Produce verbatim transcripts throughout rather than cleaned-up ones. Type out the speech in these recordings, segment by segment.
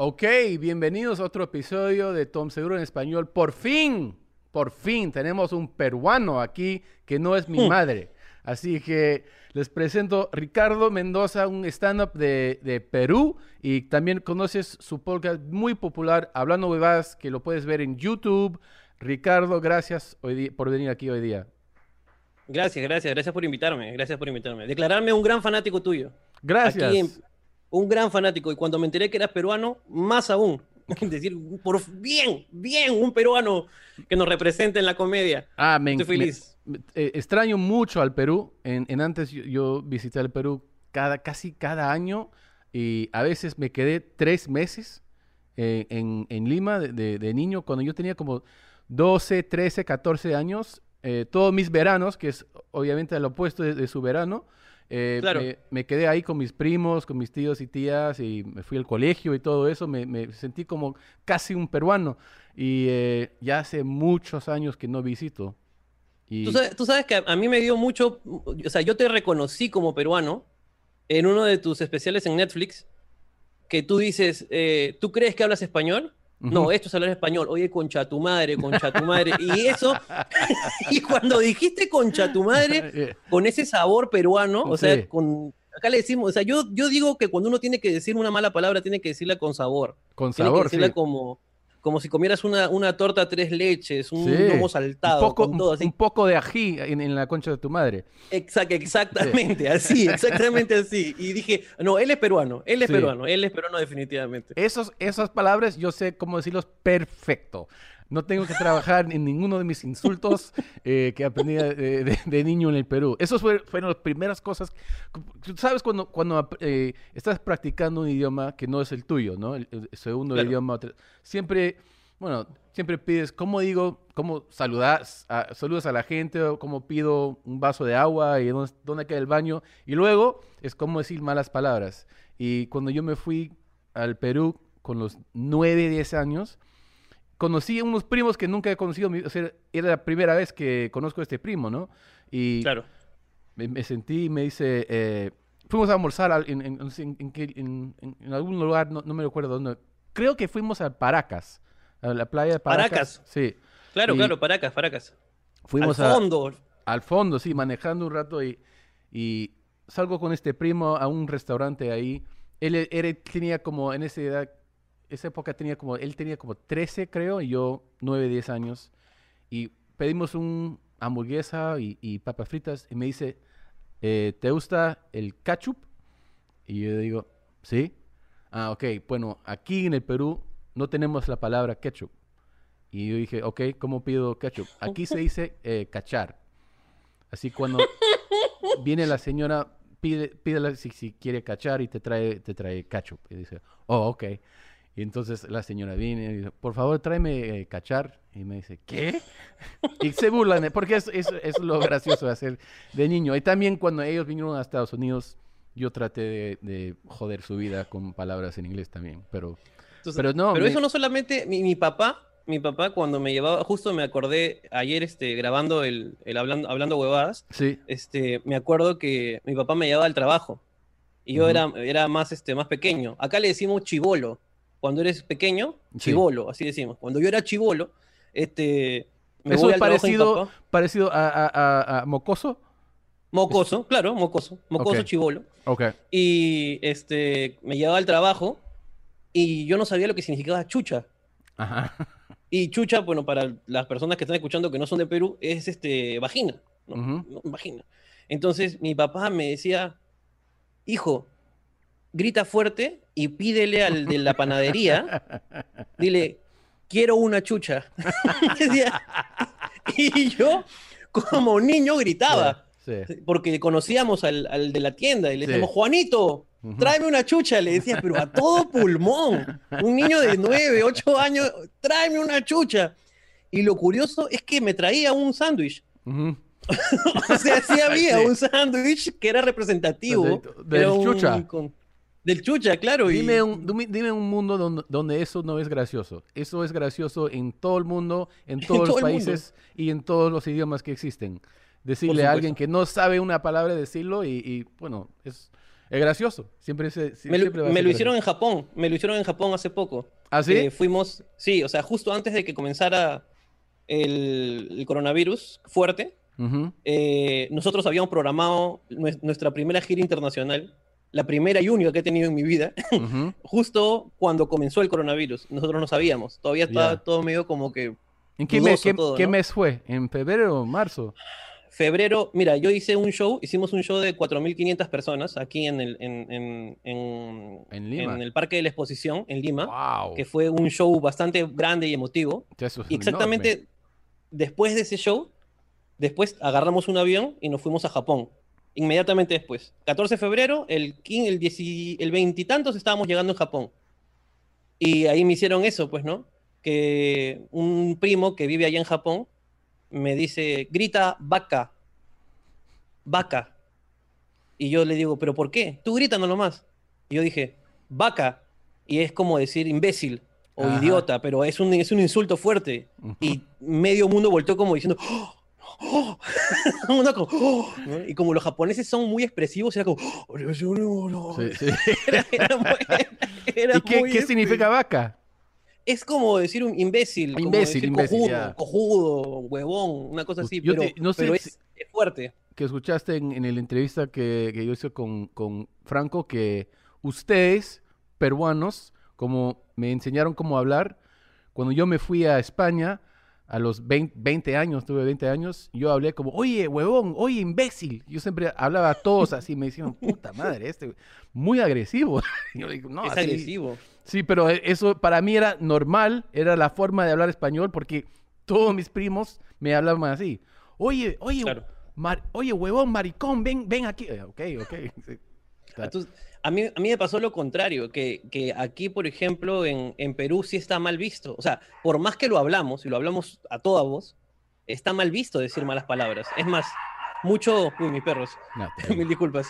Ok, bienvenidos a otro episodio de Tom Seguro en Español. Por fin, por fin tenemos un peruano aquí que no es mi madre. Así que les presento Ricardo Mendoza, un stand-up de, de Perú. Y también conoces su podcast muy popular, Hablando Huevadas, que lo puedes ver en YouTube. Ricardo, gracias hoy día, por venir aquí hoy día. Gracias, gracias, gracias por invitarme, gracias por invitarme. Declararme un gran fanático tuyo. Aquí, en- Gracias. un gran fanático. Y cuando me enteré que eras peruano, más aún. Es decir, por bien, bien, un peruano que nos represente en la comedia. Ah, me, Estoy me- feliz. me- eh, extraño mucho al Perú. En, en antes yo, yo visité el Perú cada, casi cada año y a veces me quedé tres meses eh, en, en Lima de, de- de niño cuando yo tenía como doce, trece, catorce años. Eh, todos mis veranos, que es obviamente el opuesto de, de su verano, eh, Claro. me, me quedé ahí con mis primos, con mis tíos y tías y me fui al colegio y todo eso. Me, me sentí como casi un peruano y eh, ya hace muchos años que no visito. Tú Y sabes, tú sabes que a, a mí me dio mucho, o sea, yo te reconocí como peruano en uno de tus especiales en Netflix, que tú dices, eh, ¿tú crees que hablas español? ujú. No, esto es hablar español. Oye, concha tu madre, concha tu madre. Y eso, y cuando dijiste concha tu madre, Eh, con ese sabor peruano, o sea, Sí, con, acá le decimos, o sea, yo, yo digo que cuando uno tiene que decir una mala palabra, tiene que decirla con sabor. con Tiene que sabor, decirla sí. como, como si comieras una, una torta tres leches, un Sí. lomo Un saltado, poco, con un, todo un así. poco de ají en, en la concha de tu madre. Exact, Sí, exactamente, así, exactamente así. Y dije, no, él es peruano, él es sí. peruano, él es peruano definitivamente. Esos, esas palabras yo sé cómo decirlos perfecto. No tengo que trabajar en ninguno de mis insultos eh, que aprendí de, de- de niño en el Perú. Esas fue- fueron las primeras cosas. Tú sabes cuando, cuando ap- eh, estás practicando un idioma que no es el tuyo, ¿no? El, el segundo Claro. idioma. otra- Siempre, bueno, siempre pides, ¿cómo digo? ¿Cómo saludas a, saludas a la gente? O ¿cómo pido un vaso de agua? ¿Y dónde, dónde queda el baño? Y luego es cómo decir malas palabras. Y cuando yo me fui al Perú con los nueve, diez años, conocí a unos primos que nunca he conocido, mi- o sea, era la primera vez que conozco a este primo, ¿no? Y Claro. me, me sentí, me dice, eh, fuimos a almorzar al- en, en- no sé en- en qué- en- en- en algún lugar, no, no me recuerdo dónde, creo que fuimos a Paracas, a la playa de Paracas, Paracas. sí, Claro, y claro, Paracas, Paracas. Al fuimos a, fondo. al fondo, sí, manejando un rato y, y salgo con este primo a un restaurante ahí. Él, e- él tenía como, en esa edad, esa época tenía como, él tenía como trece creo, y yo nueve diez años. Y pedimos un hamburguesa y, y papas fritas y me dice, eh, ¿te gusta el ketchup? Y yo digo, sí. Ah, ok, bueno, aquí en el Perú no tenemos la palabra ketchup. Y yo dije, ok, ¿cómo pido ketchup? Aquí se dice eh, cachar. Así cuando viene la señora, pide, pídele si, si quiere cachar y te trae, te trae ketchup. Y dice, oh, ok. Y entonces la señora viene y dice, por favor, tráeme eh, cachar. Y me dice, ¿qué? Y se burlan, de- porque es, es, es lo gracioso de hacer de niño. Y también cuando ellos vinieron a Estados Unidos, yo traté de, de joder su vida con palabras en inglés también. Pero, Entonces, pero no, pero eso me... no solamente, mi, mi papá, mi papá cuando me llevaba, justo me acordé ayer este, grabando el, el hablando, hablando huevadas, Sí. este, me acuerdo que mi papá me llevaba al trabajo y yo Ujú. era, era más, este, más pequeño. Acá le decimos chivolo. Cuando eres pequeño, Sí. chivolo, así decimos. Cuando yo era chivolo, este, me Eso voy es al trabajo de mi parecido, papá. parecido a, a, a- a mocoso. Es- Mocoso, claro, mocoso, ok, mocoso chivolo. ok. Y este, me llevaba al trabajo y yo no sabía lo que significaba chucha. Ajá. Y chucha, bueno, para las personas que están escuchando que no son de Perú, es este, vagina, ¿no? Ujú. ¿No? Vagina. Entonces mi papá me decía, hijo, grita fuerte y pídele al de la panadería, dile, quiero una chucha. Decía, y yo, como niño, Sí, gritaba, sí, porque conocíamos al, al de la tienda y le sí. decíamos, Juanito, Ujú. tráeme una chucha, le decía, pero a todo pulmón. Un niño de nueve, ocho años, tráeme una chucha. Y lo curioso es que me traía un sándwich. Ujú. O sea, sí había Sí. un sándwich que era De- representativo. Era del un... chucha. con- del chucha, claro. Dime Y un, dime, dime un mundo donde, donde eso no es gracioso. Eso es gracioso en todo el mundo, en en todos los todo el mundo, países y en todos los idiomas que existen. por Decirle a alguien supuesto. que no sabe una palabra, decirlo y, y, bueno, es, Es gracioso. Siempre, se, Me lo, siempre va a me ser lo gracioso. hicieron en Japón, me lo hicieron en Japón hace poco. ¿Ah, sí? Eh, fuimos, sí, o sea, justo antes de que comenzara el, el coronavirus fuerte, Ujú, eh, nosotros habíamos programado nue- nuestra primera gira internacional, la primera y única que he tenido en mi vida, ujú. justo cuando comenzó el coronavirus. Nosotros no sabíamos, todavía estaba Ya. todo medio como que ¿En qué, me- dudoso qué- todo, qué ¿no? mes fue? ¿En febrero o marzo? Febrero, mira, yo hice un show, hicimos un show de cuatro mil quinientas personas aquí en el, en, en, en, En en Lima. el Parque de la Exposición, en Lima, que ¡Wow! fue un show bastante grande y emotivo. Eso es Y enorme. exactamente después de ese show, después agarramos un avión y nos fuimos a Japón. Inmediatamente después. catorce de febrero, el, quince, el, diez, el veinte y tantos estábamos llegando en Japón. Y ahí me hicieron eso, pues, ¿no? Que un primo que vive allá en Japón me dice, grita vaca, vaca. Y yo le digo, ¿pero por qué? Tú grítalo nomás. Y yo dije, vaca. Y es como decir imbécil o Ajá. idiota, pero es un, es un insulto fuerte. Ujú. Y medio mundo volteó como diciendo, ¡oh! ¡Oh! Uno como, ¡oh! ¿no? Y como los japoneses son muy expresivos, era como, ¡oh! Sí, sí. Era, era muy, era ¿Y qué, muy, qué significa este, vaca? es como decir un imbécil, como Imbécil, decir imbécil, cojudo, ya. cojudo, huevón, una cosa Us- así, Yo te, pero, no sé pero si- es, es fuerte. que escuchaste en, en la entrevista que, que yo hice con, con Franco que ustedes, peruanos, como me enseñaron cómo hablar, cuando yo me fui a España a los veinte, veinte años, tuve veinte años, yo hablé como, oye, huevón, oye, imbécil. Yo siempre hablaba a todos así, me decían, puta madre, este, muy agresivo. Yo digo, no, Es así, agresivo. sí, pero e- eso para mí era normal, era la forma de hablar español porque todos mis primos me hablaban así. Oye, oye, Claro. mar- oye, huevón, maricón, ven, ven aquí. Eh, Ok, ok. Sí, está. Entonces, a mí, a mí me pasó lo contrario, que, que aquí, por ejemplo, en, en Perú sí está mal visto. O sea, por más que lo hablamos, y lo hablamos a toda voz, está mal visto decir malas palabras. Es más, mucho... Uy, mis perros, No, mil tranquilo. disculpas.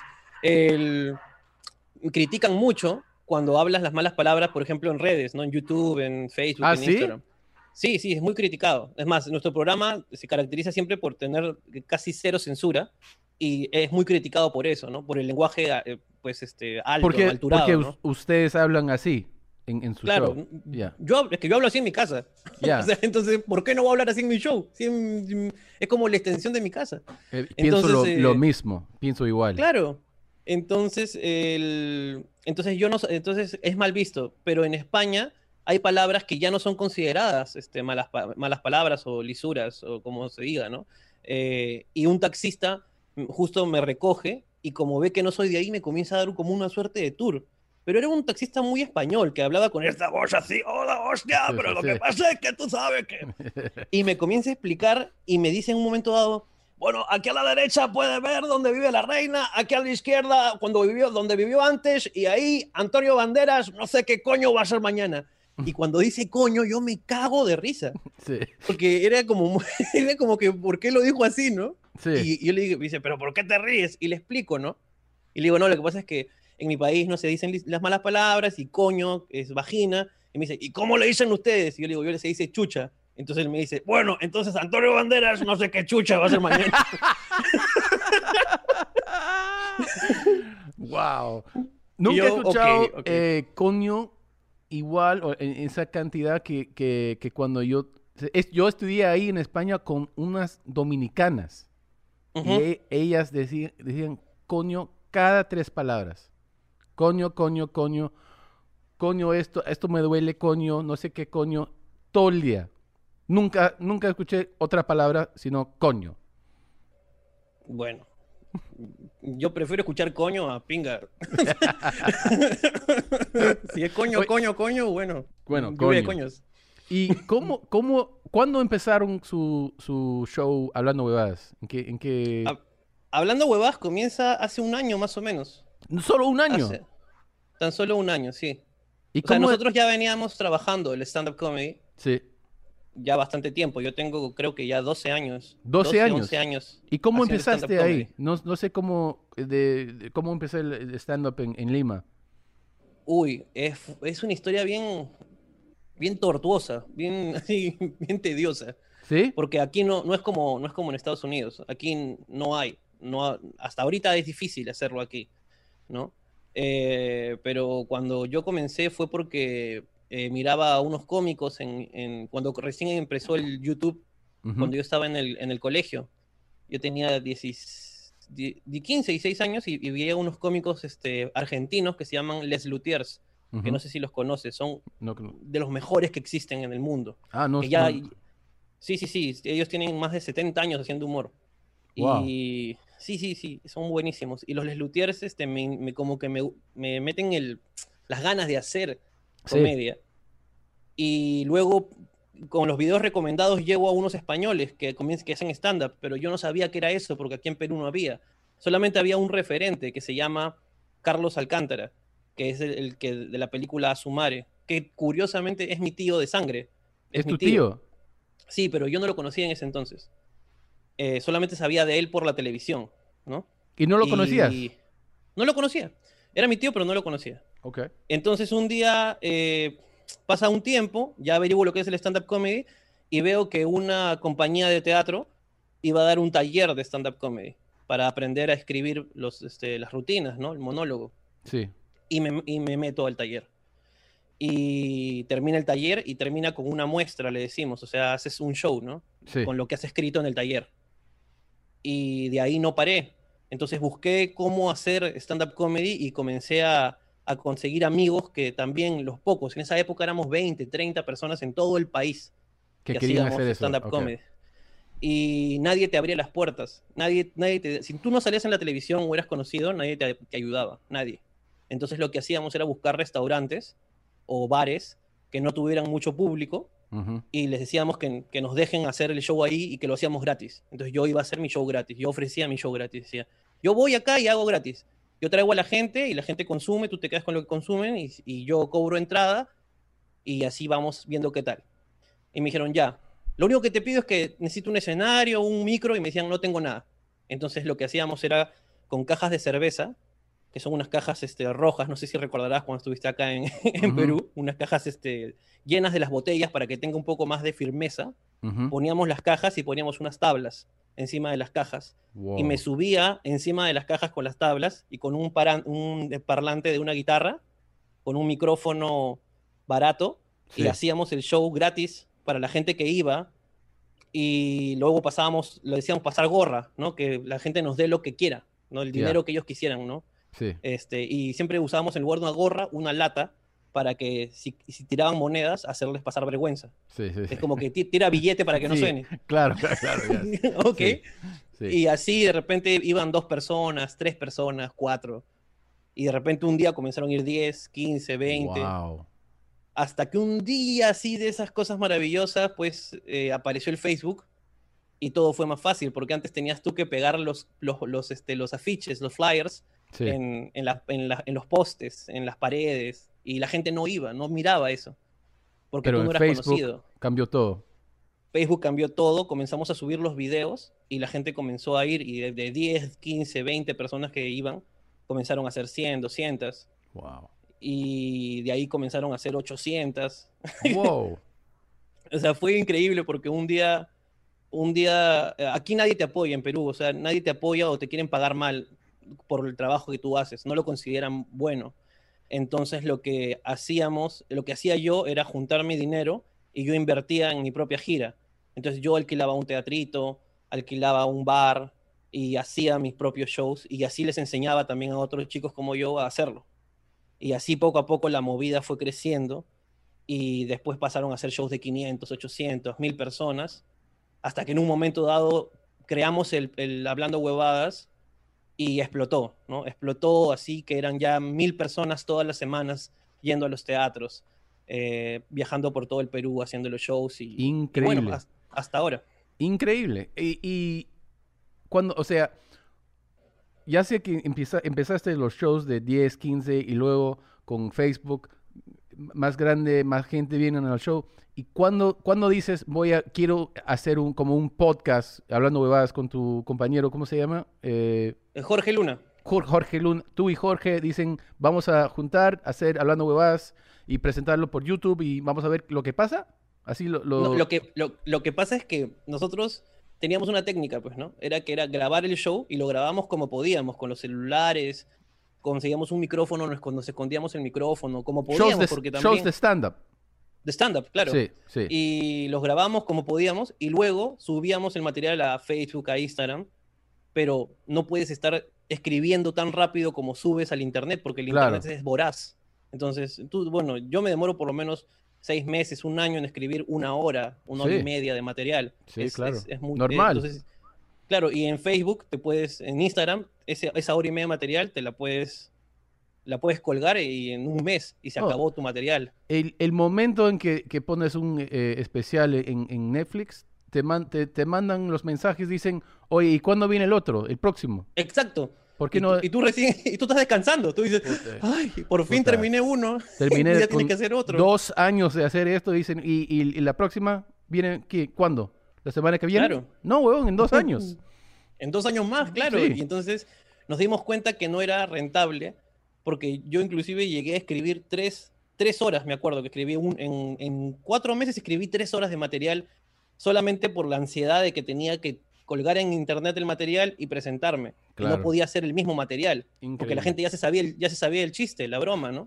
El, critican mucho cuando hablas las malas palabras, por ejemplo, en redes, ¿no? En YouTube, en Facebook, ¿Ah, en sí? Instagram. Sí, sí, es muy criticado. Es más, nuestro programa se caracteriza siempre por tener casi cero censura y es muy criticado por eso, ¿no? Por el lenguaje, eh, pues, este, alto, Porque, porque alturado, us- ¿no? ustedes hablan así en, en su show. Claro, Ya, yo, es que yo hablo así en mi casa. O ya. sea, entonces, ¿por qué no voy a hablar así en mi show? Sí, en- es como la extensión de mi casa. Eh, pienso Entonces, lo, lo eh, mismo, pienso igual. claro. Entonces, el... entonces yo no, entonces es mal visto, pero en España hay palabras que ya no son consideradas este, malas, pa- malas palabras o lisuras o como se diga, ¿no? Eh, y un taxista mm, justo me recoge y como ve que no soy de ahí me comienza a dar como una suerte de tour. Pero era un taxista muy español que hablaba con esta voz así, hola hostia, Sí, pero sí, lo sí. que pasa es que tú sabes que y me comienza a explicar y me dice en un momento dado, bueno, aquí a la derecha puede ver dónde vive la reina, aquí a la izquierda cuando vivió, donde vivió antes, y ahí Antonio Banderas, no sé qué coño va a ser mañana. Y cuando dice coño, yo me cago de risa, Sí, porque era como, era como que, ¿por qué lo dijo así, no? sí. Y, y yo le digo, me dice, ¿pero por qué te ríes? Y le explico, ¿no? Y le digo, no, lo que pasa es que en mi país no se dicen las malas palabras y coño es vagina. Y me dice, ¿y cómo le dicen ustedes? Y yo le digo, yo le se dice chucha. Entonces él me dice, bueno, entonces Antonio Banderas, no sé qué chucha va a ser mañana. Wow. Y Nunca he yo, ok, escuchado ok. eh, coño igual o en en esa cantidad que, que, que cuando yo... es- yo estudié ahí en España con unas dominicanas y Ujú. e- ellas decían, decían coño cada tres palabras. Coño, coño, coño, coño esto, esto me duele, coño, no sé qué coño, todo el día. Nunca, nunca escuché otra palabra sino coño. Bueno, yo prefiero escuchar coño a pinga. Si es coño, Oye, coño, coño, bueno, bueno, lluvia de coño. coños. ¿Y cómo, cómo, cuándo empezaron su, su show hablando huevadas? ¿En qué, en qué? Ha- Hablando huevadas, comienza hace un año más o menos. Solo un año. Hace tan solo un año, sí. ¿Y O sea, cómo? nosotros ya veníamos trabajando el stand-up comedy Sí, ya bastante tiempo. Yo tengo, creo que ya doce años, doce doce, once años. años ¿Y cómo haciendo stand-up empezaste comedy. ahí? No, no sé cómo, eh, de, de cómo empecé el, el stand-up en, en Lima. Uy, es, es una historia bien, bien tortuosa, bien, así, bien tediosa. ¿Sí? Porque aquí no, no, es como, no es como en Estados Unidos. Aquí no hay. No ha- hasta ahorita es difícil hacerlo aquí, ¿no? Eh, pero cuando yo comencé fue porque eh, miraba a unos cómicos en, en- cuando recién empezó el YouTube, Ujú. cuando yo estaba en el, en el colegio. Yo tenía diez, die- di- quince y seis años y, y veía unos cómicos este, argentinos que se llaman Les Luthiers, que no Ujú. sé si los conoces, son No, no. de los mejores que existen en el mundo. Ah, no, Que ya, no. sí, sí, sí, ellos tienen más de setenta años haciendo humor. Wow. Y sí, sí, sí, son buenísimos. Y los Les Luthiers este, me, me- como que me, me meten el, las ganas de hacer Sí. comedia. Y luego con los videos recomendados llego a unos españoles que, comien- que hacen stand-up, pero yo no sabía que era eso porque aquí en Perú no había. Solamente había un referente que se llama Carlos Alcántara, que es el, el que de la película Asumare, que curiosamente es mi tío de sangre, es ¿Es mi tu tío. tío? Sí, pero yo no lo conocía en ese entonces. Eh, solamente sabía de él por la televisión, ¿no? ¿Y no lo conocías? Y no lo conocía. Era mi tío, pero no lo conocía. Ok. Entonces un día eh, pasa un tiempo, ya averiguo lo que es el stand-up comedy y veo que una compañía de teatro iba a dar un taller de stand-up comedy para aprender a escribir los, este, las rutinas, ¿no? El monólogo. Sí. Y me, y me meto al taller. Y termina el taller y termina con una muestra, le decimos. O sea, haces un show, ¿no? Sí. Con lo que has escrito en el taller. Y de ahí no paré. Entonces busqué cómo hacer stand-up comedy y comencé a, a conseguir amigos que también, los pocos, en esa época éramos veinte, treinta personas en todo el país Que que querían hacer hacíamos eso. stand-up Ok. comedy. Y nadie te abría las puertas. Nadie, nadie te, si tú no salías en la televisión o eras conocido, nadie te, te ayudaba. Nadie. Entonces lo que hacíamos era buscar restaurantes o bares que no tuvieran mucho público Ujú. y les decíamos que, que nos dejen hacer el show ahí y que lo hacíamos gratis. Entonces yo iba a hacer mi show gratis, yo ofrecía mi show gratis, decía, yo voy acá y hago gratis. Yo traigo a la gente y la gente consume, tú te quedas con lo que consumen y, y yo cobro entrada y así vamos viendo qué tal. Y me dijeron, ya, lo único que te pido es que necesito un escenario, un micro, y me decían, no tengo nada. Entonces lo que hacíamos era con cajas de cerveza, que son unas cajas este, rojas, no sé si recordarás cuando estuviste acá en, en Ujú. Perú, unas cajas este, llenas de las botellas para que tenga un poco más de firmeza. Ujú. Poníamos las cajas y poníamos unas tablas encima de las cajas. Y me Wow. subía encima de las cajas con las tablas y con un, paran- un parlante de una guitarra, con un micrófono barato, y Sí. hacíamos el show gratis para la gente que iba. Y luego pasábamos, lo decíamos pasar gorra, ¿no? Que la gente nos dé lo que quiera, ¿no? El Ya. dinero que ellos quisieran, ¿no? Sí. Este, y siempre usábamos en lugar de una gorra, una lata, para que si, si tiraban monedas, hacerles pasar vergüenza. Sí, sí, sí. Es como que ti- tira billete para que no Sí, suene. claro, claro, claro, ya. Ok. Sí, sí. Y así de repente iban dos personas, tres personas, cuatro. Y de repente un día comenzaron a ir diez, quince, veinte. Wow. Hasta que un día así de esas cosas maravillosas, pues eh, apareció el Facebook y todo fue más fácil, porque antes tenías tú que pegar los, los, los, este, los afiches, los flyers Sí. en, en, la, en, la, en los postes, en las paredes, y la gente no iba, no miraba eso, porque Pero tú en no eras Facebook conocido. cambió todo. Facebook cambió todo, comenzamos a subir los videos y la gente comenzó a ir y de, de diez, quince, veinte personas que iban, comenzaron a ser cien, doscientas Wow. y de ahí comenzaron a ser ochocientas. Wow. O sea, fue increíble porque un día, un día, eh, aquí nadie te apoya en Perú, o sea, nadie te apoya o te quieren pagar mal por el trabajo que tú haces, no lo consideran bueno. Entonces lo que hacíamos, lo que hacía yo era juntar mi dinero y yo invertía en mi propia gira. Entonces yo alquilaba un teatrito, alquilaba un bar y hacía mis propios shows y así les enseñaba también a otros chicos como yo a hacerlo. Y así poco a poco la movida fue creciendo y después pasaron a hacer shows de quinientas, ochocientas, mil personas, hasta que en un momento dado creamos el, el Hablando Huevadas y explotó, ¿no? Explotó así que eran ya mil personas todas las semanas yendo a los teatros, eh, viajando por todo el Perú haciendo los shows y, y bueno, Increíble. hasta, hasta ahora. Increíble. Y, y cuando, o sea, ya sé que empieza- empezaste los shows de diez, quince y luego con Facebook, m- más grande, más gente viene al show. ¿Y cuando, cuando dices, voy a, quiero hacer un, como un podcast, hablando huevadas con tu compañero, ¿cómo se llama? Eh, Eh, Jorge Luna. Jor- Jorge Luna, tú y Jorge dicen, vamos a juntar, hacer hablando huevadas y presentarlo por YouTube y vamos a ver lo que pasa. Así lo, No, lo... lo que, lo, lo que pasa es que nosotros teníamos una técnica, pues, ¿no? Era que era grabar el show y lo grabamos como podíamos, con los celulares. conseguíamos un micrófono, nos, nos escondíamos el micrófono, como Shows podíamos, de, porque shows también... de stand-up. De stand-up, claro. Sí, sí. Y los grabamos como podíamos y luego subíamos el material a Facebook, a Instagram, pero no puedes estar escribiendo tan rápido como subes al internet, porque el Claro. internet es voraz. Entonces, tú, bueno, yo me demoro por lo menos seis meses, un año en escribir una hora, una hora Sí. y media de material. Sí, es, claro. es- es muy, Normal. entonces, claro, y en Facebook te puedes, en Instagram, ese- esa hora y media de material te la puedes, la puedes colgar y en un mes y se Oh. acabó tu material. El, el momento en que, que pones un eh, especial en, en Netflix, te, man- te, te mandan los mensajes, dicen, oye, ¿y cuándo viene el otro, el próximo? Exacto. ¿Por qué Y, no? tú, y tú recién, y tú estás descansando. Tú dices, Puta, ay, por fin puta. terminé uno. Terminé ya con tienes que hacer otro. dos años de hacer esto, dicen, ¿y, y, y la próxima viene qué? ¿Cuándo? ¿La semana que viene? Claro. No, huevón, en dos años. En dos años más, claro. Sí. Y entonces nos dimos cuenta que no era rentable, porque yo inclusive llegué a escribir tres, tres horas, me acuerdo, que escribí un, en, en cuatro meses escribí tres horas de material solamente por la ansiedad de que tenía que colgar en internet el material y presentarme. Y Claro. no podía hacer el mismo material, porque Increíble. la gente ya se sabía el, ya se sabía el chiste, la broma, ¿no?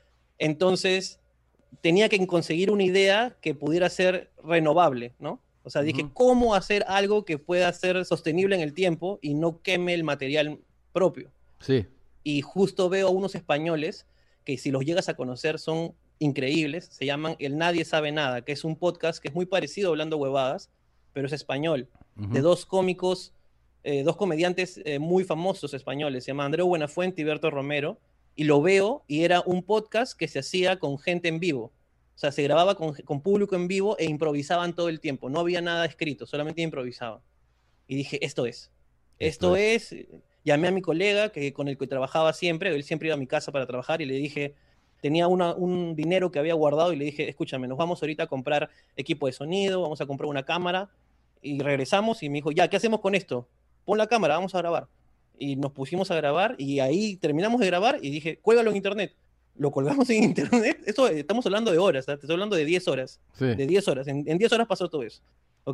Entonces tenía que conseguir una idea que pudiera ser renovable, ¿no? O sea, dije, Ujú. ¿cómo hacer algo que pueda ser sostenible en el tiempo y no queme el material propio? Sí. Y justo veo a unos españoles que si los llegas a conocer son increíbles, se llaman El Nadie Sabe Nada, que es un podcast que es muy parecido a Hablando Huevadas, pero es español, Ujú. de dos cómicos, eh, dos comediantes eh, muy famosos españoles, se llama Andreu Buenafuente y Berto Romero, y lo veo y era un podcast que se hacía con gente en vivo. O sea, se grababa con, con público en vivo e improvisaban todo el tiempo. No había nada escrito, solamente improvisaban. Y dije, esto es. Esto Esto, es. Llamé a mi colega que, con el que trabajaba siempre. Él siempre iba a mi casa para trabajar y le dije, tenía una, un dinero que había guardado y le dije, escúchame, nos vamos ahorita a comprar equipo de sonido, vamos a comprar una cámara. Y regresamos y me dijo, ya, ¿qué hacemos con esto? Pon la cámara, vamos a grabar. Y nos pusimos a grabar y ahí terminamos de grabar y dije, cuélgalo en internet. Lo colgamos en internet. Esto estamos hablando de horas, ¿eh? Te estoy hablando de diez horas. Sí. De diez horas. En, en diez horas pasó todo eso. ¿Ok?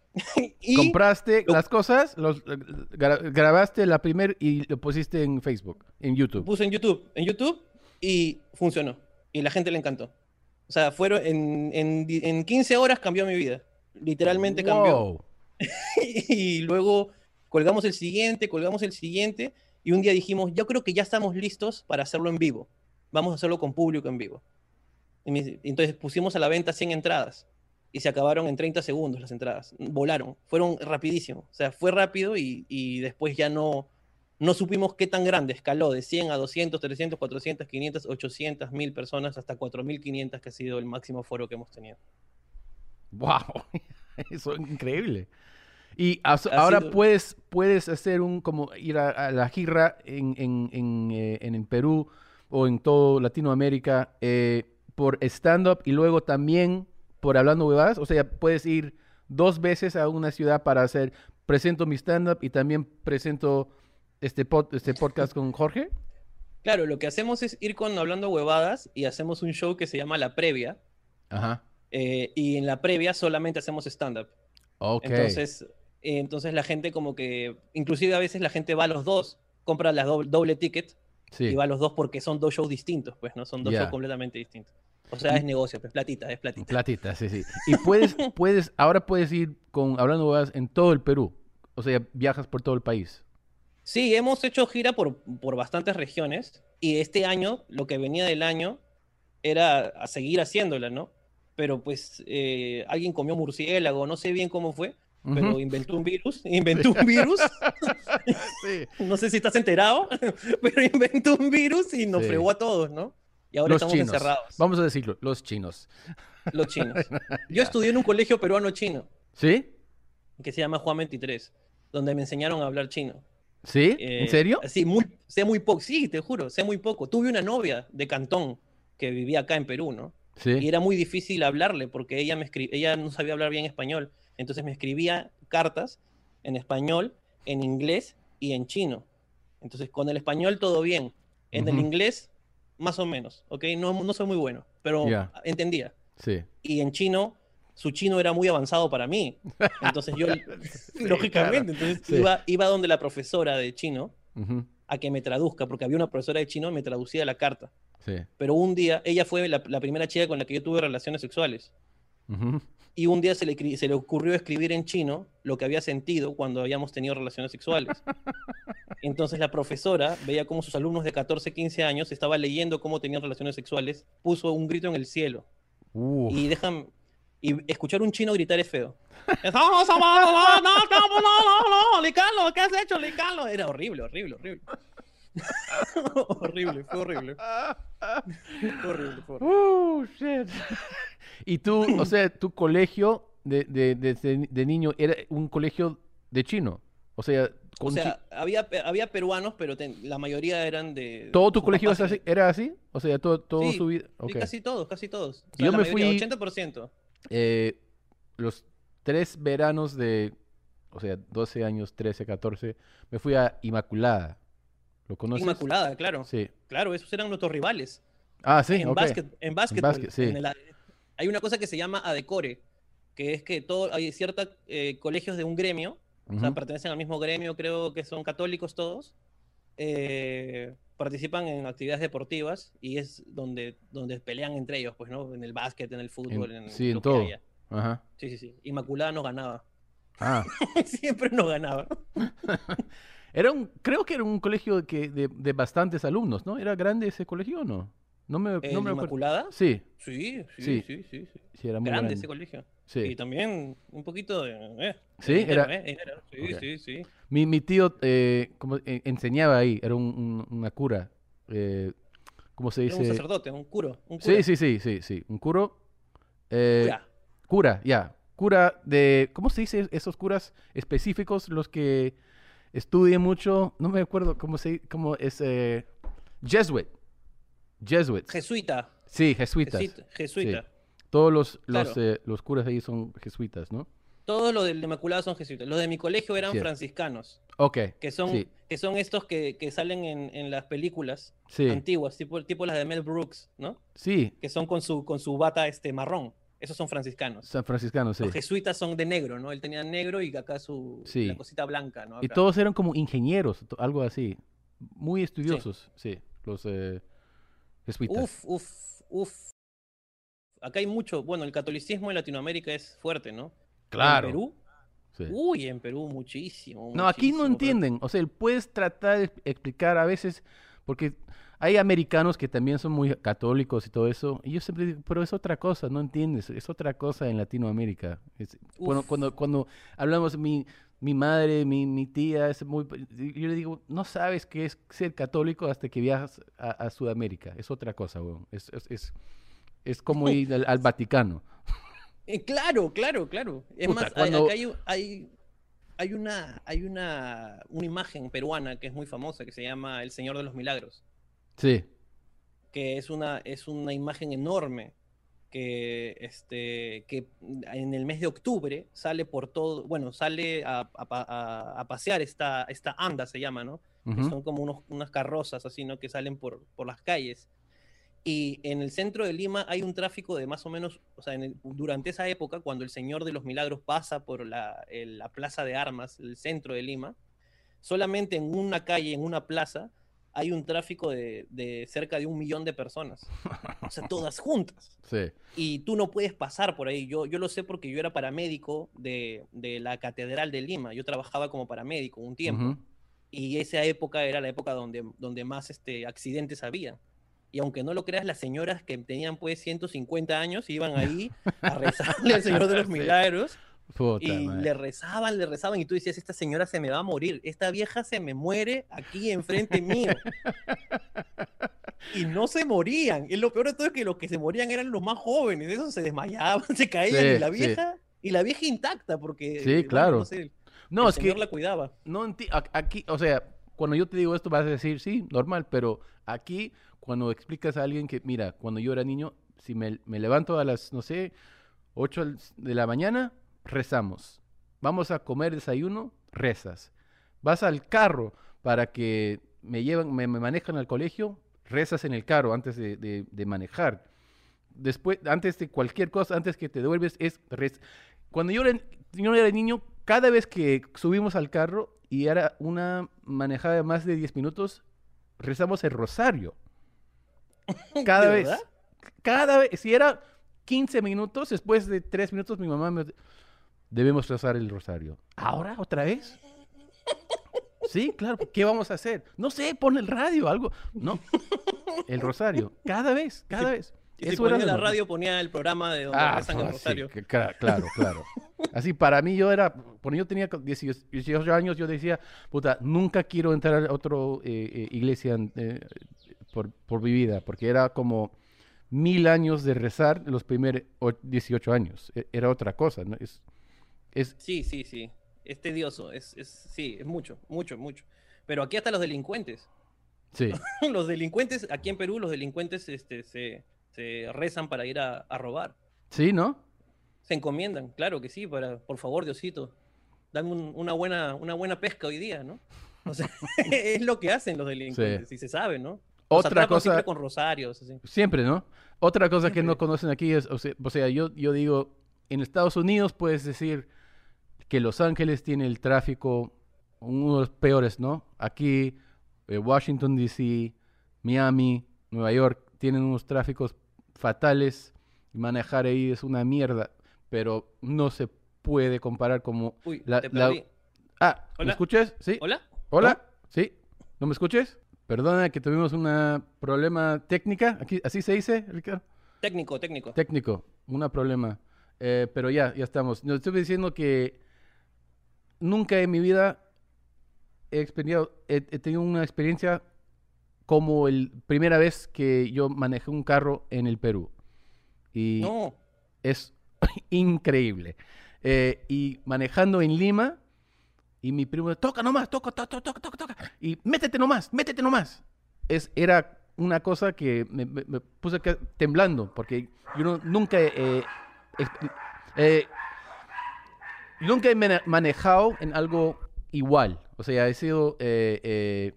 Y Compraste lo- las cosas, los, gra- grabaste la primera y lo pusiste en Facebook, en lo YouTube. puse en YouTube. En YouTube y funcionó. Y la gente le encantó. O sea, fueron en, en, di- en quince horas cambió mi vida. Literalmente cambió. Wow. Y luego colgamos el siguiente, colgamos el siguiente. Y un día dijimos, yo creo que ya estamos listos para hacerlo en vivo. Vamos a hacerlo con público en vivo. Y me- entonces pusimos a la venta cien entradas. Y se acabaron en treinta segundos las entradas. Volaron. Fueron rapidísimo. O sea, fue rápido y, y después ya no, no supimos qué tan grande. Escaló de cien a doscientos, trescientos, cuatrocientos, quinientos, ochocientos, mil personas hasta cuatro mil quinientos, que ha sido el máximo foro que hemos tenido. Wow. Eso es increíble. Y as- Ha ahora sido- puedes, puedes hacer un, como ir a, a la gira en, en, en, eh, en, en Perú o en todo Latinoamérica eh, por stand-up y luego también por Hablando Huevadas. O sea, puedes ir dos veces a una ciudad para hacer, presento mi stand-up y también presento este, pod- este podcast con Jorge. Claro, lo que hacemos es ir con Hablando Huevadas y hacemos un show que se llama La Previa. Ajá. eh, y en la previa solamente hacemos stand-up. Ok. Entonces, eh, entonces la gente como que, inclusive a veces la gente va a los dos, compra la doble, doble ticket sí. y va a los dos porque son dos shows distintos, pues, ¿no? Son dos Ya. shows completamente distintos. O sea, Y- es negocio, pues, platita, es platita. Platita, sí, sí. Y puedes, puedes, ahora puedes ir con Hablando Huevadas en todo el Perú. O sea, viajas por todo el país. Sí, hemos hecho gira por, por bastantes regiones y este año, lo que venía del año, era a seguir haciéndola, ¿no? Pero pues eh, alguien comió murciélago, no sé bien cómo fue, pero Ujú. inventó un virus, inventó un virus, Sí. no sé si estás enterado, pero inventó un virus y nos Sí. fregó a todos, ¿no? Y ahora Los estamos chinos. encerrados, Vamos a decirlo, los chinos. los chinos. Ya. Yo estudié en un colegio peruano-chino, ¿Sí? que se llama Juan veintitrés, donde me enseñaron a hablar chino. ¿Sí? Eh, ¿En serio? Sí, muy, sé muy poco, sí, te juro, sé muy poco. Tuve una novia de Cantón que vivía acá en Perú, ¿no? Y Sí. era muy difícil hablarle porque ella, me escri- ella no sabía hablar bien español. Entonces me escribía cartas en español, en inglés y en chino. Entonces con el español todo bien. En el Ujú. inglés, más o menos, ¿ok? No, no soy muy bueno, pero Ya. entendía. Sí. Y en chino, su chino era muy avanzado para mí. Entonces yo, Sí, lógicamente, entonces Sí. iba, iba donde la profesora de chino Ujú. a que me traduzca, porque había una profesora de chino y me traducía la carta. Sí. Pero un día, ella fue la, la primera chica con la que yo tuve relaciones sexuales. Ujú. Y un día se le, se le ocurrió escribir en chino lo que había sentido cuando habíamos tenido relaciones sexuales. Entonces la profesora veía cómo sus alumnos de catorce, quince años estaban leyendo cómo tenían relaciones sexuales, puso un grito en el cielo. Uf. Y dejan, y escuchar un chino gritar es feo. Licalo, ¿qué has hecho, Licalo? Era horrible, horrible, horrible. horrible, fue horrible. Fue horrible, fue horrible. Uh, shit. Y tú, o sea, tu colegio de, de, de, de- de niño era un colegio de chino. O sea, O con chi- sea, había, había peruanos, pero ten- la mayoría eran de... ¿todo tu sus colegio es papás así- eran- era así? O sea, todo, todo Sí, su vida. sí, Ok. casi todos, casi todos. O sea, Yo la me mayoría, fui ochenta por ciento. eh, los tres veranos de, o sea, doce años, trece, catorce, me fui a Inmaculada. ¿Lo conoces? Inmaculada, claro. Sí. Claro, esos eran nuestros rivales. Ah, sí, En ok. básquet, en básquetbol, básquet, sí. en el- hay una cosa que se llama adecore, que es que todo, hay ciertos colegios de un gremio, o sea, Ujú. pertenecen al mismo gremio, creo que son católicos todos, eh, participan en actividades deportivas y es donde, donde pelean entre ellos, pues, ¿no? En el básquet, en el fútbol, En- en sí, en lo que todo. haya. Ajá. Sí, sí, sí. Inmaculada nos ganaba. Ah. Siempre nos ganaba. Era un, creo que era un colegio que de, de bastantes alumnos, ¿no? ¿Era grande ese colegio o no? No me, no ¿El me acuerdo. Inmaculada? Sí, Sí, sí, Sí. sí, sí, sí. sí, era muy Grande grande. ese colegio. Sí. Y también un poquito de... eh, de Sí, dinero, era- ¿eh? Dinero. Sí, Ok. sí, sí. Mi, mi tío eh, como, eh, enseñaba ahí, era un- un- una cura. Eh, ¿cómo se Era un dice? sacerdote, un curo. Un cura. Sí, sí, sí, sí, sí. Un curo. eh, Cura. Cura, ya. Cura de, ¿cómo se dice esos curas específicos? Los que estudian mucho, no me acuerdo cómo se, cómo es, eh, Jesuit. Jesuits. Jesuita. Sí, jesuitas. Jesuita. Jesuita. Sí. Todos los, los, Claro. eh, los curas ahí son jesuitas, ¿no? Todos los del Inmaculada son jesuitas. Los de mi colegio eran Cierto. franciscanos, Ok. que son, Sí, que son estos que, que salen en, en las películas sí, antiguas, tipo, tipo las de Mel Brooks, ¿no? sí. Que son con su, con su bata este, marrón. Esos son franciscanos. San Franciscano, sí. Los jesuitas son de negro, ¿no? Él tenía negro y acá su Sí. la cosita blanca, ¿no? Y Acá. todos eran como ingenieros, to- algo así. Muy estudiosos, sí. Los eh, jesuitas. Uf, uf, uf. Acá hay mucho. Bueno, el catolicismo en Latinoamérica es fuerte, ¿no? Claro. En Perú. Sí. Uy, en Perú muchísimo. No, aquí no muchísimo, pero- entienden. O sea, puedes tratar de explicar a veces, porque hay americanos que también son muy católicos y todo eso. Y yo siempre digo, pero es otra cosa, no entiendes. Es otra cosa en Latinoamérica. Es- bueno, Uf. cuando, cuando hablamos, mi, mi madre, mi, mi tía, es muy, yo le digo, no sabes qué es ser católico hasta que viajas a, a Sudamérica. Es otra cosa, weón. Es, es, es, es como ir al, al Vaticano. Eh, claro, claro, claro. Es Puta, más, hay- cuando- acá hay, hay, hay una, hay una, una imagen peruana que es muy famosa que se llama El Señor de los Milagros, Sí, que es una, es una imagen enorme que, este, que en el mes de octubre sale por todo, bueno, sale a, a pa- a- a pasear esta, esta anda, se llama, ¿no? Que ujú, son como unos, unas carrozas así, ¿no? Que salen por, por las calles. Y en el centro de Lima hay un tráfico de más o menos, o sea, en el- durante esa época, cuando el Señor de los Milagros pasa por la, el- la Plaza de Armas, el centro de Lima, solamente en una calle, en una plaza, hay un tráfico de, de cerca de un millón de personas. O sea, todas juntas. sí. Y tú no puedes pasar por ahí. Yo, yo lo sé porque yo era paramédico de, de la Catedral de Lima. Yo trabajaba como paramédico un tiempo. Ujú. Y esa época era la época donde, donde más este, accidentes había. Y aunque no lo creas, las señoras que tenían pues ciento cincuenta años iban ahí a rezarle al Señor de los Sí. Milagros. Puta Y madre. le rezaban, le rezaban. Y tú decías, esta señora se me va a morir. Esta vieja se me muere aquí enfrente mío. Y no se morían. Y lo peor de todo es que los que se morían eran los más jóvenes. Esos se desmayaban, se caían. Sí, y la sí. vieja, y la vieja intacta, porque Sí, bueno, claro. no sé, No, el es señor que la cuidaba. no enti- a- aquí, o sea, cuando yo te digo esto vas a decir, sí, normal, pero aquí cuando explicas a alguien que, mira, cuando yo era niño, si me, me levanto a las, no sé, ocho al- de la mañana, rezamos. Vamos a comer desayuno, rezas. Vas al carro para que me lleven, me, me manejan al colegio, rezas en el carro antes de, de- de manejar. Después, antes de cualquier cosa, antes que te devuelves, es rez- Cuando yo era, yo era niño, cada vez que subimos al carro y era una manejada de más de diez minutos, rezamos el rosario. Cada ¿De vez. verdad? Cada vez. Si era quince minutos, después de tres minutos, mi mamá me... Debemos rezar el rosario. ¿Ahora? ¿Otra vez? Sí, claro. ¿Qué vamos a hacer? No sé, pon el radio, algo. No. El rosario. Cada vez, cada vez. Y si Eso era ponía lo la normal. radio, ponía el programa de donde Ah, rezan el sí, rosario. que cla- claro, claro. Así, para mí yo era, cuando yo tenía dieciocho, dieciocho años, yo decía, puta, nunca quiero entrar a otra iglesia eh, por, por mi vida, porque era como mil años de rezar en los primeros o- dieciocho años. E- Era otra cosa, ¿no? Es, es, Sí, sí, sí. Es tedioso. Es, es, sí, es mucho, mucho, mucho. Pero aquí hasta los delincuentes. sí, Los delincuentes, aquí en Perú, los delincuentes este, se, se rezan para ir a, a robar. sí, ¿no? Se encomiendan, claro que sí, para, por favor, Diosito, dame un- una buena, una buena pesca hoy día, ¿no? O sea, es lo que hacen los delincuentes, y se sabe, ¿no? Los Otra atrapan siempre cosa, con rosarios, así. siempre, ¿no? Otra cosa que no Siempre. conocen aquí es, o sea, o sea, yo, yo digo, en Estados Unidos puedes decir que Los Ángeles tiene el tráfico uno de los peores, ¿no? Aquí, eh, Washington, D C, Miami, Nueva York, tienen unos tráficos fatales y manejar ahí es una mierda, pero no se puede comparar como Uy, la... te la- perdí. Ah, ¿me Hola. escuchas? ¿Sí? ¿Hola? ¿Hola? ¿Sí? ¿No me escuches? Perdona que tuvimos un problema técnica, aquí, ¿así se dice, Ricardo? Técnico, técnico. Técnico, un problema. Eh, pero ya, ya estamos. No, estoy diciendo que nunca en mi vida he, experienciado- he, he tenido una experiencia como la primera vez que yo manejé un carro en el Perú. Y No, es increíble. Eh, y manejando en Lima, y mi primo, toca nomás, toca, toca, toca, toca, toca. Y métete nomás, métete nomás. Es, era una cosa que me, me- me puse que- temblando, porque yo no- nunca he, eh, exp- eh, nunca he mane- manejado en algo igual. O sea, he sido eh, eh,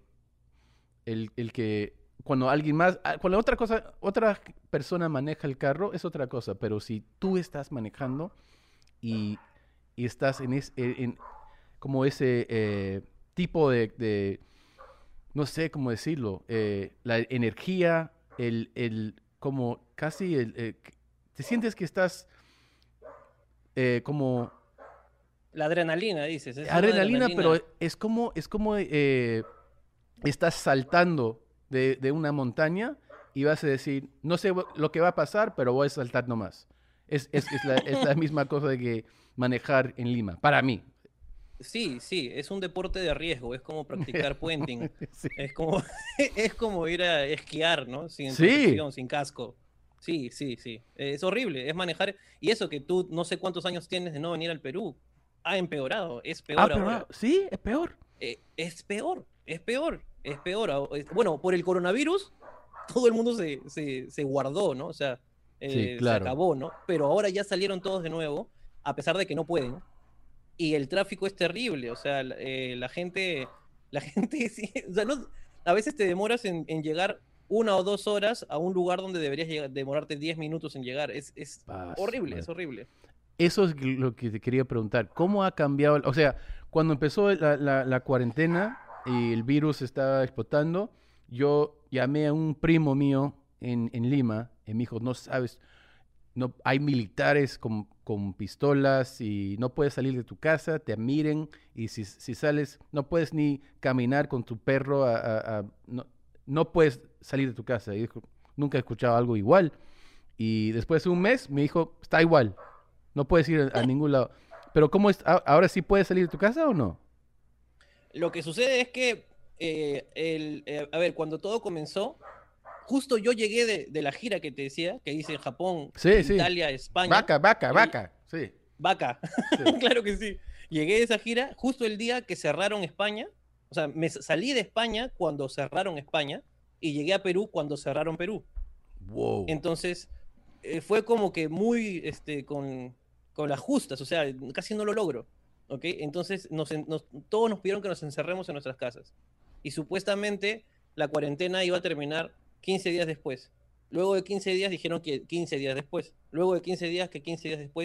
el, el que cuando alguien más, ah, cuando otra cosa, otra persona maneja el carro es otra cosa, pero si tú estás manejando y, y estás en, es, en, en como ese eh, tipo de, de, no sé cómo decirlo, eh, la energía, el, el como casi, el, eh, te sientes que estás eh, como la adrenalina, dices. Es una adrenalina, pero adrenalina. es como, es como eh, estás saltando de, de una montaña y vas a decir, no sé lo que va a pasar, pero voy a saltar nomás. Es, es, es, la, es la misma cosa de que manejar en Lima, para mí. Sí, sí, es un deporte de riesgo, es como practicar puenting. Sí. Es como, es como ir a esquiar, ¿no? Sin Sí. protección, sin casco. Sí, sí, sí. Es horrible, es manejar. Y eso que tú no sé cuántos años tienes de no venir al Perú, ha empeorado, es Ah, peor pero ahora. ah, sí, es peor. Eh, es peor, es peor, es peor. Ah, es- Bueno, por el coronavirus, todo el mundo se, se, se guardó, ¿no? O sea, Sí, eh, se claro. acabó, ¿no? Pero ahora ya salieron todos de nuevo, a pesar de que no pueden. Y el tráfico es terrible, o sea, la, eh, la gente, la gente, sí, o sea, no- a veces te demoras en, en llegar una o dos horas a un lugar donde deberías llegar- demorarte diez minutos en llegar. Es, es Ah, su horrible, madre. es horrible. Eso es lo que te quería preguntar. ¿Cómo ha cambiado? O sea, cuando empezó la, la- la cuarentena y el virus estaba explotando, yo llamé a un primo mío en, en Lima y me dijo, no sabes, no, hay militares con, con pistolas y no puedes salir de tu casa, te miren y si, si sales, no puedes ni caminar con tu perro, a- a- a- no, no puedes salir de tu casa. Y dijo, nunca he escuchado algo igual. Y después de un mes me dijo, está igual, no puedes ir a, a ningún lado. Pero ¿cómo es? ¿A- ¿Ahora sí puedes salir de tu casa o no? Lo que sucede es que, eh, el, eh, a ver, cuando todo comenzó, justo yo llegué de, de la gira que te decía, que hice en Japón, Sí, sí. Italia, España. Vaca, vaca, y- vaca. Sí, Vaca, sí. claro que sí. Llegué de esa gira justo el día que cerraron España. O sea, me s- salí de España cuando cerraron España y llegué a Perú cuando cerraron Perú. Wow. Entonces, eh, fue como que muy este, con, con las justas, o sea, casi no lo logro. ¿Ok? Entonces, nos, en- nos- todos nos pidieron que nos encerremos en nuestras casas. Y supuestamente la cuarentena iba a terminar quince días después. Luego de quince días dijeron que quince días después. Luego de quince días que quince días después.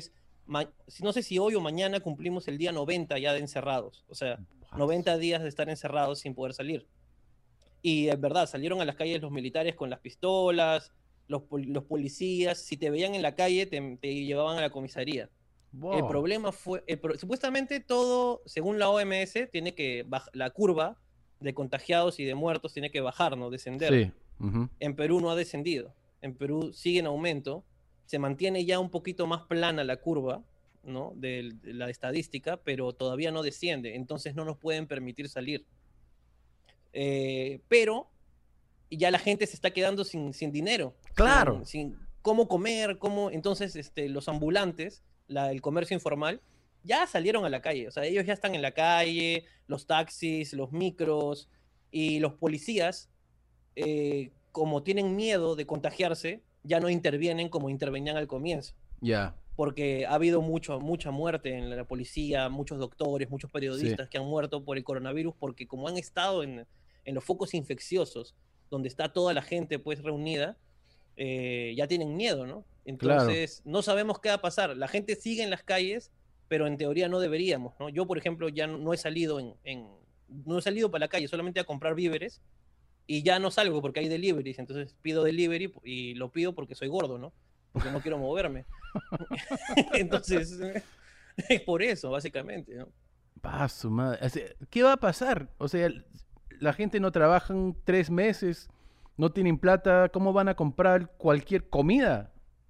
ma- si- no sé si hoy o mañana cumplimos el día noventa ya de encerrados. O sea, What? noventa días de estar encerrados sin poder salir. Y es verdad, salieron a las calles los militares con las pistolas, los, pol- los policías, si te veían en la calle te, te llevaban a la comisaría. El Wow. problema fue, el pro- supuestamente todo, según la O M S, tiene que baj- la curva de contagiados y de muertos tiene que bajar, no descender. Sí. Ujú. En Perú no ha descendido. En Perú sigue en aumento. Se mantiene ya un poquito más plana la curva, ¿no? De, de la estadística, pero todavía no desciende. Entonces no nos pueden permitir salir. Eh, pero ya la gente se está quedando sin, sin dinero, sin, Claro. sin cómo comer, cómo. Entonces, este, los ambulantes, la, el comercio informal, ya salieron a la calle. O sea, ellos ya están en la calle, los taxis, los micros y los policías, eh, como tienen miedo de contagiarse, ya no intervienen como intervenían al comienzo. Ya. Porque ha habido mucho, mucha muerte en la policía, muchos doctores, muchos Sí. periodistas que han muerto por el coronavirus, porque como han estado en, en los focos infecciosos, donde está toda la gente pues reunida, eh, ya tienen miedo, ¿no? Claro. Entonces, no sabemos qué va a pasar. La gente sigue en las calles, pero en teoría no deberíamos, ¿no? Yo, por ejemplo, ya no, no he salido en, en, no he salido para la calle, solamente a comprar víveres, y ya no salgo porque hay deliveries, entonces pido delivery y lo pido porque soy gordo, ¿no? Porque no quiero moverme. Entonces, es por eso, básicamente, ¿no? Pa, su madre. O sea, ¿qué va a pasar? O sea, la gente no trabaja en tres meses, no tienen plata, ¿cómo van a comprar cualquier comida?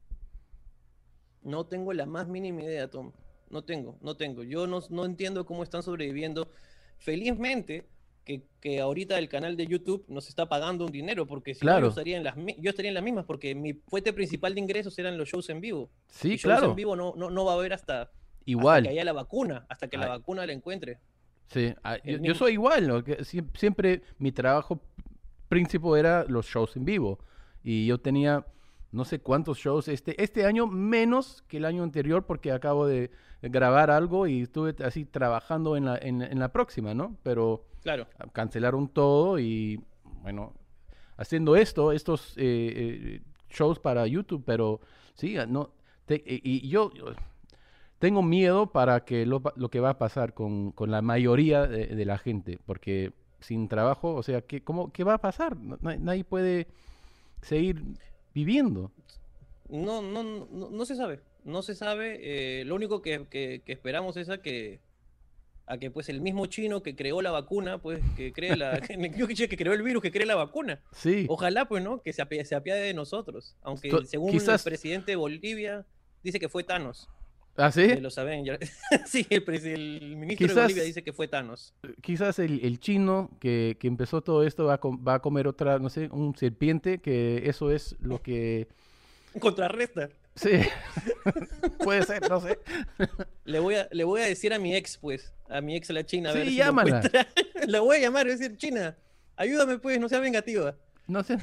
No tengo la más mínima idea, Tom. No tengo, no tengo. Yo no, no entiendo cómo están sobreviviendo. Felizmente que, que ahorita el canal de YouTube nos está pagando un dinero, porque si no yo Claro. estaría en las, mi- yo estaría en las mismas, porque mi fuente principal de ingresos eran los shows en vivo. Sí, Y shows en claro. vivo no, no, no va a haber hasta, hasta que Igual. haya la vacuna, hasta que la Ay, vacuna la encuentre. sí. Ah, yo, El yo mismo, soy igual, ¿no? Que siem- siempre mi trabajo principal era los shows en vivo. Y yo tenía no sé cuántos shows este, este año, menos que el año anterior, porque acabo de grabar algo y estuve así trabajando en la, en, en la próxima, ¿no? Pero claro. ah, cancelaron todo y bueno, haciendo esto, estos eh, eh, shows para YouTube, pero sí, ah, no, te- y, y yo, yo tengo miedo para que lo, pa- lo que va a pasar con, con la mayoría de, de la gente, porque sin trabajo, o sea, ¿qué, cómo, ¿qué va a pasar? No- na- nadie puede seguir viviendo. No, no, no, no se sabe. No se sabe. Eh, lo único que, que, que esperamos es a que, a que pues el mismo chino que creó la vacuna, pues que cree la, que, que creó el virus, que cree la vacuna. Sí, Ojalá, pues, ¿no? Que se apiade, se apiade de nosotros. Aunque to- según el quizás, presidente de Bolivia, dice que fue Thanos, ¿ah, sí? de los Avengers. Sí, el, pres- el ministro de Bolivia Quizás, dice que fue Thanos. quizás el, el chino que, que empezó todo esto va a, com- va a comer otra, no sé, un serpiente, que eso es lo que... Contrarresta. Sí, puede ser, no sé. Le voy a, le voy a decir a mi ex, pues, a mi ex, la China, a ver Sí, si lo llámala. encuentra. La voy a llamar y decir, China, ayúdame, pues, no sea vengativa. No sé.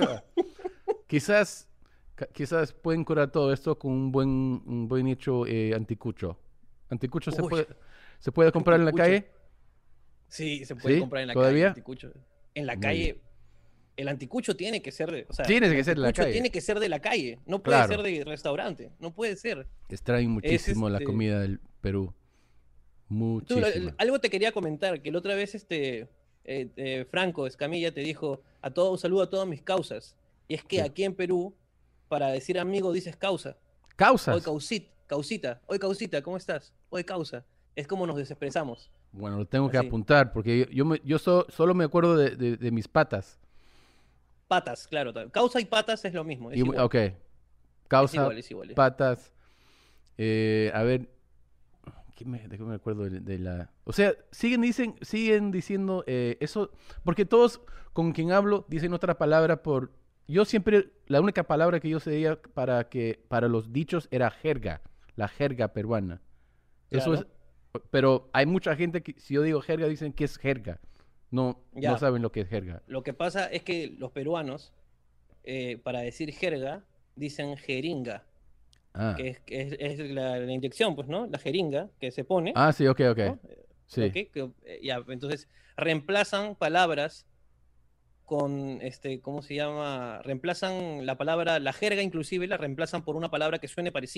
Quizás, ca- quizás pueden curar todo esto con un buen, un buen hecho eh, anticucho. ¿Anticucho se Uy, puede, se puede comprar en la anticucho. calle? Sí, se puede ¿Sí? comprar en la calle, ¿Todavía? anticucho. En la Muy bien. calle, el anticucho tiene que ser de, o sea, Tiene el que ser en la anticucho calle. tiene que ser de la calle, no puede ser Claro. de restaurante, no puede ser. Extraen Es muchísimo la este, comida del Perú. tú, la- el- Muchísima. algo te quería comentar, que la otra vez este eh, eh, Franco Escamilla te dijo a todo, un saludo a todas mis causas. Y es que Sí. aquí en Perú, para decir amigo dices causa. Hoy Causas. causit, causita, hoy causita, ¿cómo estás? Hoy causa. Es como nos desexpresamos. Bueno, lo tengo que Así. apuntar porque yo, yo, me- yo so- solo me acuerdo de, de- de mis patas. Patas, claro. ta- Causa y patas es lo mismo, es Y, igual. ok. Es Causa, igual, es igual. patas. eh, a ver, ¿qué me, ¿de qué me acuerdo de, de la...? O sea, siguen, dicen, siguen diciendo eh, eso, porque todos con quien hablo dicen otra palabra por... Yo siempre, la única palabra que yo sabía para, que, para los dichos era jerga, la jerga peruana. Eso es, Claro. pero hay mucha gente que, si yo digo jerga, dicen que es jerga. No, no Ya. saben lo que es jerga. Lo que pasa es que los peruanos, eh, para decir jerga, dicen jeringa, Ah, que es, que es, es la, la inyección, pues, ¿no? La jeringa que se pone, ah sí, ok, ok. ¿no? Sí, Ok, que, eh, ya, entonces reemplazan palabras con, este, ¿cómo se llama? Reemplazan la palabra, la jerga inclusive, la reemplazan por una palabra que suene parecida.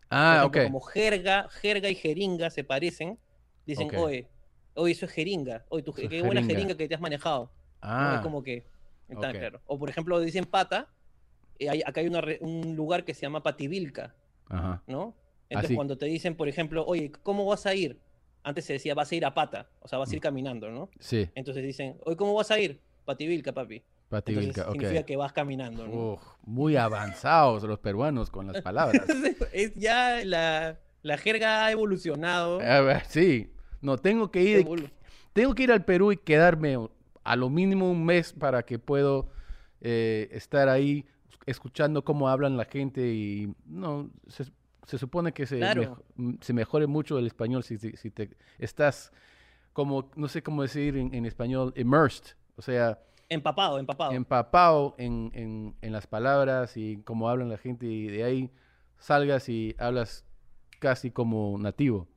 Por Ah, ok. ejemplo, como jerga, jerga y jeringa se parecen, dicen, Ok. oye, oye, eso es jeringa, oye, tu, Su qué buena jeringa. jeringa que te has manejado, ¿no? Es Ah, como que, está ok. claro. O por ejemplo, dicen pata, eh, hay- acá hay una re- un lugar que se llama Pativilca, Ajá. ¿no? Entonces, Así. cuando te dicen, por ejemplo, oye, ¿cómo vas a ir? Antes se decía, vas a ir a pata, o sea, vas a Mm, ir caminando, ¿no? sí. Entonces dicen, oye, ¿cómo vas a ir? Pativilca, papi. Entonces Pativilca, ok. significa que vas caminando, ¿no? Uf, muy avanzados los peruanos con las palabras. Es ya la, la jerga ha evolucionado. A ver, sí. No, tengo que ir, evolu- tengo que ir al Perú y quedarme a lo mínimo un mes para que puedo eh, estar ahí escuchando cómo hablan la gente y no, se, se supone que se, Claro, mejo- m- se mejore mucho el español si, si, si te estás como, no sé cómo decir en, en español, immersed, o sea, empapado, empapado. empapado en, en, en las palabras y cómo hablan la gente y de ahí salgas y hablas casi como nativo.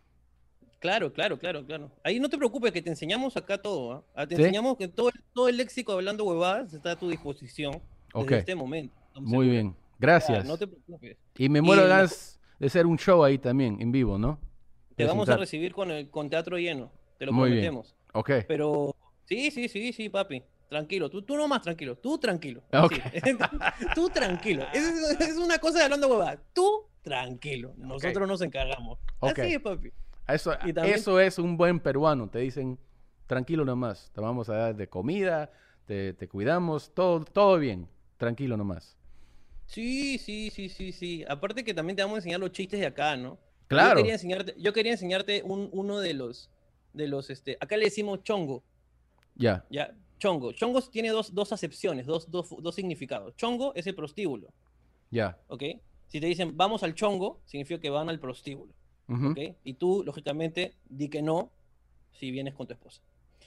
Claro, claro, claro, claro. Ahí no te preocupes que te enseñamos acá todo, ¿ah? Ah, Te ¿Sí? enseñamos que todo, el- todo el léxico hablando huevadas está a tu disposición Ok, desde este momento, estamos muy seguros. bien. Ya, no Gracias. te preocupes. Y me muero Y de la co- ganas de hacer un show ahí también, en vivo, ¿no? te vamos a Presentar. recibir con el con teatro lleno, te lo Muy bien. prometemos. Ok. Pero sí, sí, sí, sí, papi. Tranquilo, tú, tú nomás tranquilo, tú tranquilo. Ok. Así. Tú tranquilo. Es, es una cosa de hablando huevadas. Tú tranquilo. Ok. Nosotros nos encargamos. Ok. Así es, papi. Eso, Y también eso es un buen peruano. Te dicen, tranquilo nomás. Te vamos a dar de comida, te, te cuidamos, todo, todo bien. Tranquilo nomás. sí, sí, sí, sí, sí. Aparte que también te vamos a enseñar los chistes de acá, ¿no? Pero yo quería Claro. enseñarte, yo quería enseñarte un, uno de los, de los, este, acá le decimos chongo, Ya. ¿ya? Chongo. Chongo tiene dos, dos acepciones, dos, dos, dos significados. Chongo es el prostíbulo, Ya. ¿ok? Si te dicen vamos al chongo, significa que van al prostíbulo, Ujú. ¿ok? Y tú, lógicamente, di que no si vienes con tu esposa.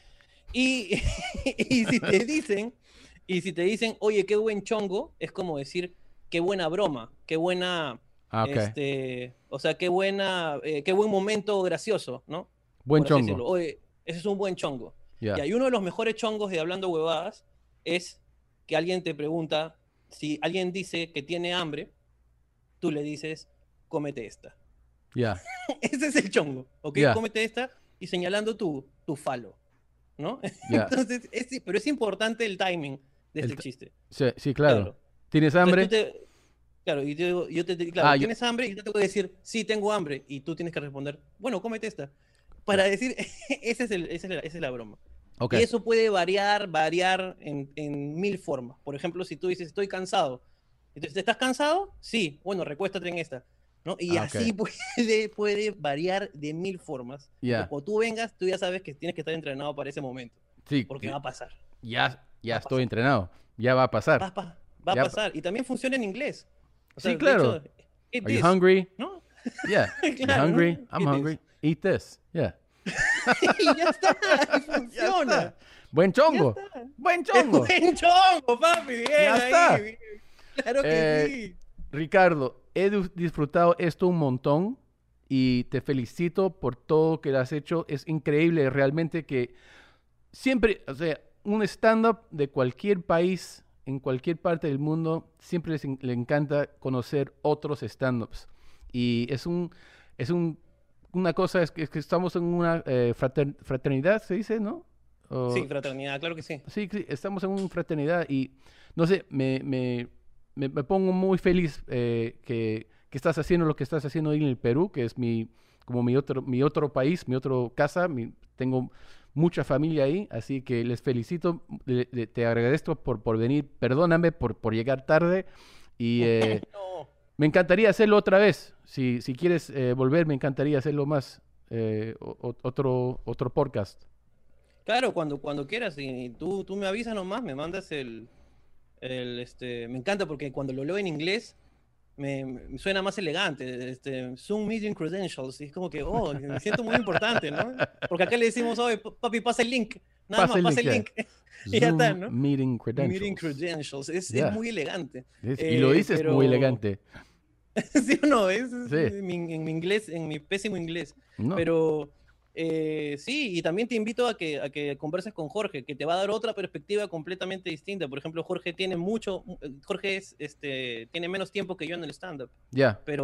Y, y si te dicen, y si te dicen, oye, qué buen chongo, es como decir, qué buena broma, qué buena, Ah, ok. este, o sea, qué buena, eh, qué buen momento gracioso, ¿no? Buen Por así chongo. decirlo. Oye, ese es un buen chongo. Y Ya. hay uno de los mejores chongos de Hablando Huevadas es que alguien te pregunta, si alguien dice que tiene hambre, tú le dices, cómete esta. Ya. Ese es el chongo, ¿ok? Ya. Cómete esta y señalando tu, tu falo. ¿No? Ya. Entonces, es, pero es importante el timing de El este t- chiste. sí, sí, claro. Claro. ¿Tienes Entonces tú hambre? te, claro, y yo, yo te, Ah, claro, yo. ¿tienes hambre? Y yo te voy a decir, sí, tengo hambre. Y tú tienes que responder, bueno, cómete esta. Para Ya. decir, ese es el, esa, es la, esa es la broma. Ok. Y eso puede variar, variar en, en mil formas. Por ejemplo, si tú dices, estoy cansado. Entonces, ¿estás cansado? Sí. Bueno, recuéstate en esta. ¿No? Y Ah, ok. así puede, puede variar de mil formas. Entonces, Ya. cuando tú vengas, tú ya sabes que tienes que estar entrenado para ese momento. Sí, Porque y- va a pasar. ya, ya Va a estoy pasar. entrenado. Ya va a Va pasar. a, pa- va a Ya. pa- pasar. Y también funciona en inglés. O Sí, sea, de claro. hecho, eat Are you this, hungry? ¿no? Yeah. You Claro, ¿no? hungry? I'm Eat this. hungry. Eat this. Yeah. Y ya está, y Ya funciona. está. Buen Ya chongo. está. Buen Es chongo. buen chongo, papi. Bien Ya ahí. está. Bien. Claro que Eh, sí. Ricardo, he dis- disfrutado esto un montón y te felicito por todo que has hecho. Es increíble realmente que siempre, o sea, un stand-up de cualquier país, en cualquier parte del mundo, siempre les en- le encanta conocer otros stand-ups. Y es un, es un, una cosa, es que, es que estamos en una eh, frater- fraternidad, se dice, ¿no? Sí, O- fraternidad, claro que sí. sí, sí, estamos en una fraternidad y, no sé, me, me, me, me pongo muy feliz eh, que, que estás haciendo lo que estás haciendo ahí en el Perú, que es mi, como mi otro, mi otro país, mi otro casa, mi- tengo mucha familia ahí, así que les felicito, le- le- te agradezco por, por venir, perdóname por, por llegar tarde y eh, No. me encantaría hacerlo otra vez, si, si quieres eh, volver, me encantaría hacerlo más, eh, o- o- otro, otro podcast. Claro, cuando, cuando quieras. Y tú, tú me avisas nomás, me mandas el, el, este, me encanta porque cuando lo leo en inglés me, me suena más elegante, este, Zoom Meeting Credentials, y es como que, oh, me siento muy importante, ¿no? Porque acá le decimos, oye, papi, pasa el link, nada Pasa más, el pasa link, el ya. link, y ya está, Zoom ¿no? Meeting Meeting Credentials. Credentials, es, es Ya. muy elegante, Es- y lo eh, dices muy pero, elegante. ¿sí o no? Es, es Sí. en, mi, en mi inglés, en mi pésimo inglés, No. pero... Eh, sí, y también te invito a que, a que converses con Jorge, que te va a dar otra perspectiva completamente distinta. Por ejemplo, Jorge tiene mucho, Jorge es, este, tiene menos tiempo que yo en el stand-up, Ya. pero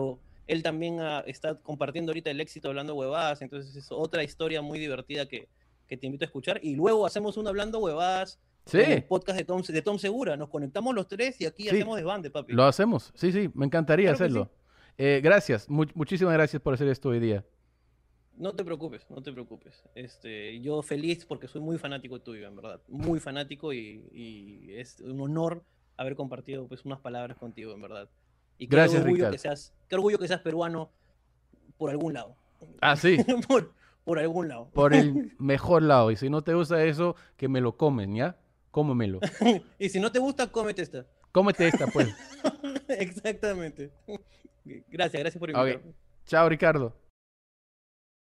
Él también ah, está compartiendo ahorita el éxito hablando huevadas, entonces es otra historia muy divertida que, que te invito a escuchar. Y luego hacemos un hablando huevadas Sí, en el podcast de Tom, de Tom Segura. Nos conectamos los tres y aquí sí, hacemos desbande, papi. lo hacemos. Sí, sí, me encantaría Claro que hacerlo. sí. Eh, gracias, mu- muchísimas gracias por hacer esto hoy día. No te preocupes, no te preocupes. Este, yo feliz porque soy muy fanático tuyo, en verdad. Muy fanático y, y es un honor haber compartido pues unas palabras contigo, en verdad. Y qué Gracias, orgullo Ricardo. que seas, qué orgullo que seas peruano por algún lado. Ah, sí, por, por algún lado. por el mejor lado. Y si no te gusta eso, que me lo comen, ¿ya? Cómemelo. Y si no te gusta, cómete esta. Cómete esta, pues. Exactamente. Gracias, gracias por Ok. invitarme. Chao, Ricardo.